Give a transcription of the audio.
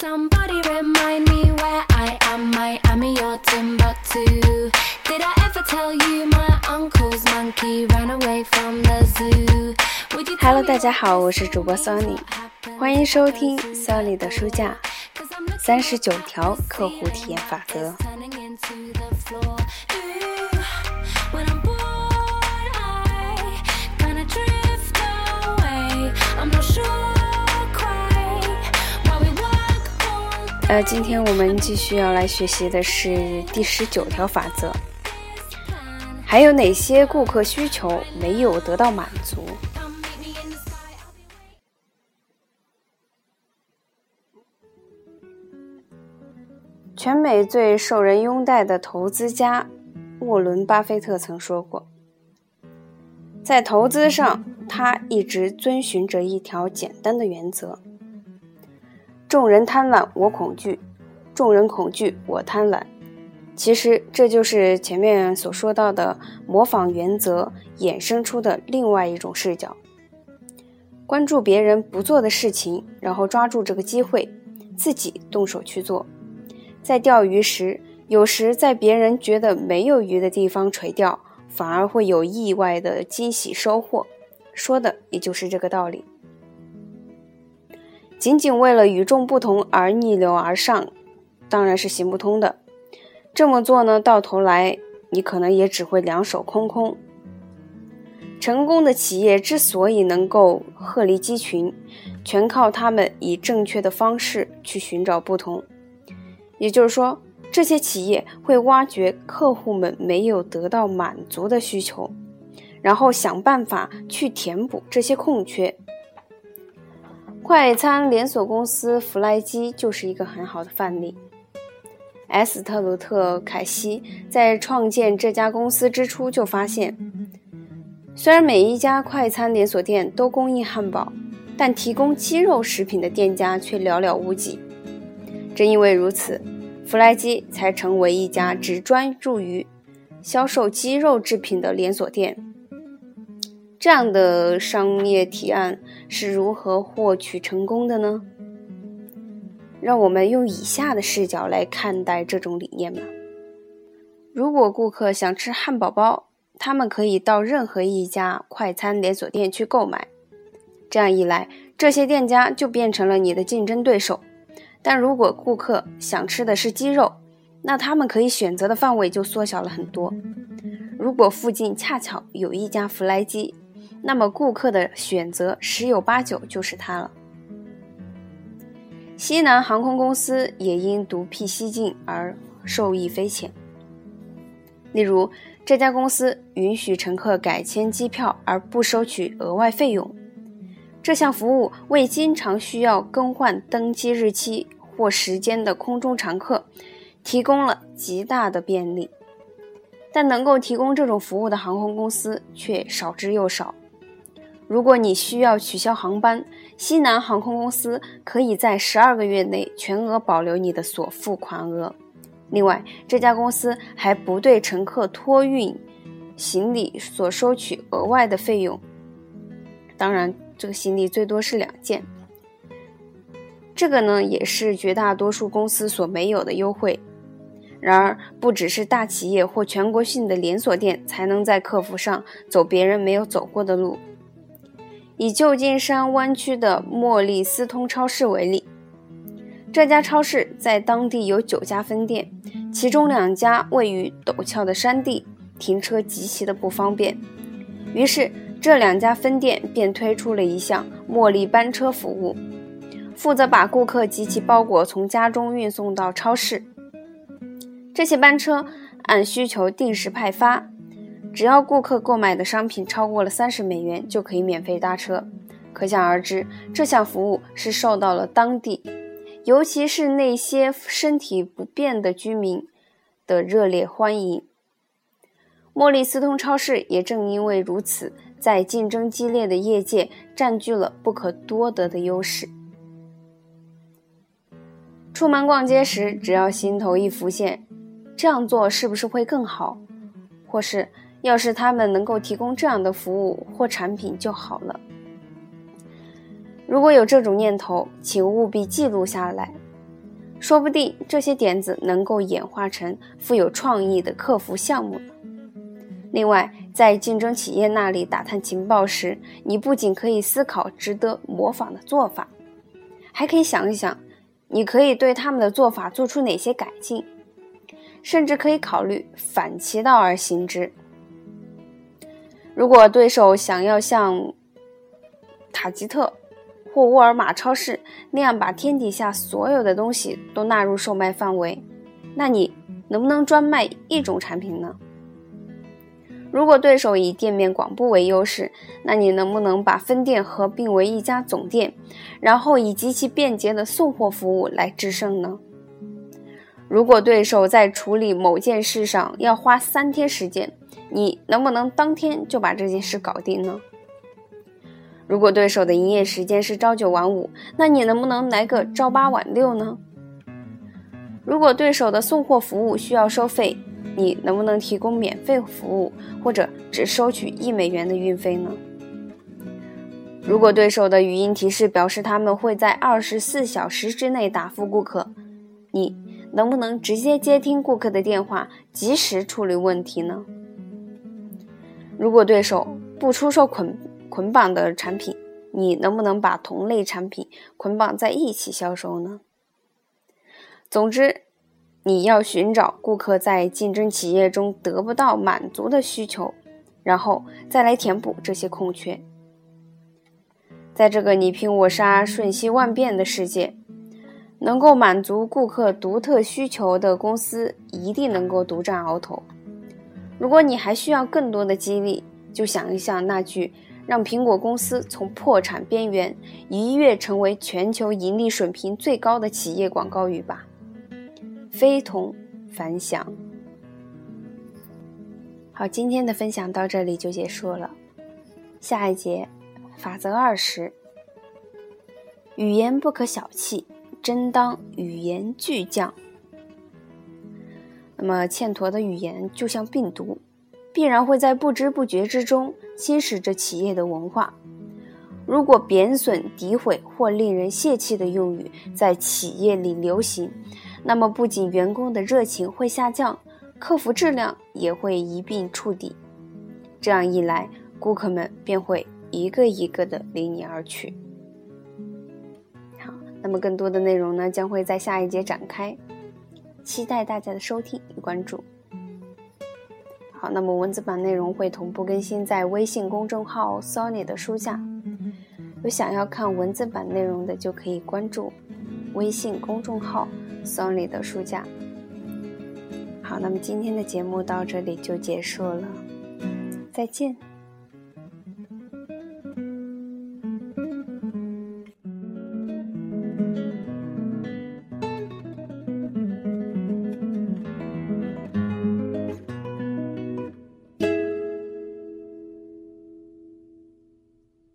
Somebody remind me where I am, Miami or Timbuktu. Did I ever tell you my uncle's monkey ran away from the zoo? Hello， 大家好，我是主播 Sony， 欢迎收听 Sony 的书架39条客户体验法则。今天我们继续要来学习的是第19条法则。还有哪些顾客需求没有得到满足？全美最受人拥戴的投资家沃伦·巴菲特曾说过，在投资上，他一直遵循着一条简单的原则：众人贪婪，我恐惧；众人恐惧，我贪婪。其实这就是前面所说到的模仿原则衍生出的另外一种视角。关注别人不做的事情，然后抓住这个机会，自己动手去做。在钓鱼时，有时在别人觉得没有鱼的地方垂钓，反而会有意外的惊喜收获。说的也就是这个道理。仅仅为了与众不同而逆流而上，当然是行不通的。这么做呢，到头来你可能也只会两手空空。成功的企业之所以能够鹤立鸡群，全靠他们以正确的方式去寻找不同。也就是说，这些企业会挖掘客户们没有得到满足的需求，然后想办法去填补这些空缺。快餐连锁公司弗莱基就是一个很好的范例。斯特鲁特·凯西在创建这家公司之初就发现，虽然每一家快餐连锁店都供应汉堡，但提供鸡肉食品的店家却寥寥无几。正因为如此，弗莱基才成为一家只专注于销售鸡肉制品的连锁店。这样的商业提案是如何获取成功的呢？让我们用以下的视角来看待这种理念吧。如果顾客想吃汉堡包，他们可以到任何一家快餐连锁店去购买。这样一来，这些店家就变成了你的竞争对手。但如果顾客想吃的是鸡肉，那他们可以选择的范围就缩小了很多。如果附近恰巧有一家弗莱基，那么顾客的选择十有八九就是它了。西南航空公司也因独辟蹊径而受益匪浅。例如，这家公司允许乘客改签机票而不收取额外费用。这项服务为经常需要更换登机日期或时间的空中乘客提供了极大的便利。但能够提供这种服务的航空公司却少之又少。如果你需要取消航班，西南航空公司可以在12个月内全额保留你的所付款额。另外，这家公司还不对乘客托运行李所收取额外的费用。当然，这个行李最多是2件。这个呢，也是绝大多数公司所没有的优惠。然而，不只是大企业或全国性的连锁店才能在客服上走别人没有走过的路。以旧金山湾区的莫利斯通超市为例，这家超市在当地有9家分店，其中2家位于陡峭的山地，停车极其的不方便。于是，这2家分店便推出了一项茉莉班车服务，负责把顾客及其包裹从家中运送到超市。这些班车按需求定时派发，只要顾客购买的商品超过了30美元，就可以免费搭车。可想而知，这项服务是受到了当地，尤其是那些身体不便的居民的热烈欢迎。莫利斯通超市也正因为如此，在竞争激烈的业界占据了不可多得的优势。出门逛街时，只要心头一浮现，这样做是不是会更好？或是要是他们能够提供这样的服务或产品就好了。如果有这种念头，请务必记录下来。 说不定这些点子能够演化成富有创意的客服项目呢。另外，在竞争企业那里打探情报时，你不仅可以思考值得模仿的做法，还可以想一想你可以对他们的做法做出哪些改进，甚至可以考虑反其道而行之。如果对手想要像塔吉特或沃尔玛超市那样把天底下所有的东西都纳入售卖范围，那你能不能专卖一种产品呢？如果对手以店面广布为优势，那你能不能把分店合并为一家总店，然后以极其便捷的送货服务来制胜呢？如果对手在处理某件事上要花3天时间，你能不能当天就把这件事搞定呢？如果对手的营业时间是朝9晚5，那你能不能来个朝8晚6呢？如果对手的送货服务需要收费，你能不能提供免费服务，或者只收取$1的运费呢？如果对手的语音提示表示他们会在24小时之内答复顾客，你能不能直接接听顾客的电话，及时处理问题呢？如果对手不出售捆绑的产品，你能不能把同类产品捆绑在一起销售呢？总之，你要寻找顾客在竞争企业中得不到满足的需求，然后再来填补这些空缺。在这个你拼我杀、瞬息万变的世界，能够满足顾客独特需求的公司一定能够独占鳌头。如果你还需要更多的激励，就想一想那句让苹果公司从破产边缘一跃成为全球盈利水平最高的企业广告语吧。非同凡响。好，今天的分享到这里就结束了。下一节，法则20，语言不可小觑，真当语言巨匠。那么欠妥的语言就像病毒，必然会在不知不觉之中侵蚀着企业的文化。如果贬损、诋毁或令人泄气的用语在企业里流行，那么不仅员工的热情会下降，客服质量也会一并触底。这样一来，顾客们便会一个一个的离你而去。好，那么更多的内容呢，将会在下一节展开，期待大家的收听与关注。好，那么文字版内容会同步更新在微信公众号 Sony 的书架，有想要看文字版内容的就可以关注微信公众号 Sony 的书架。好，那么今天的节目到这里就结束了，再见。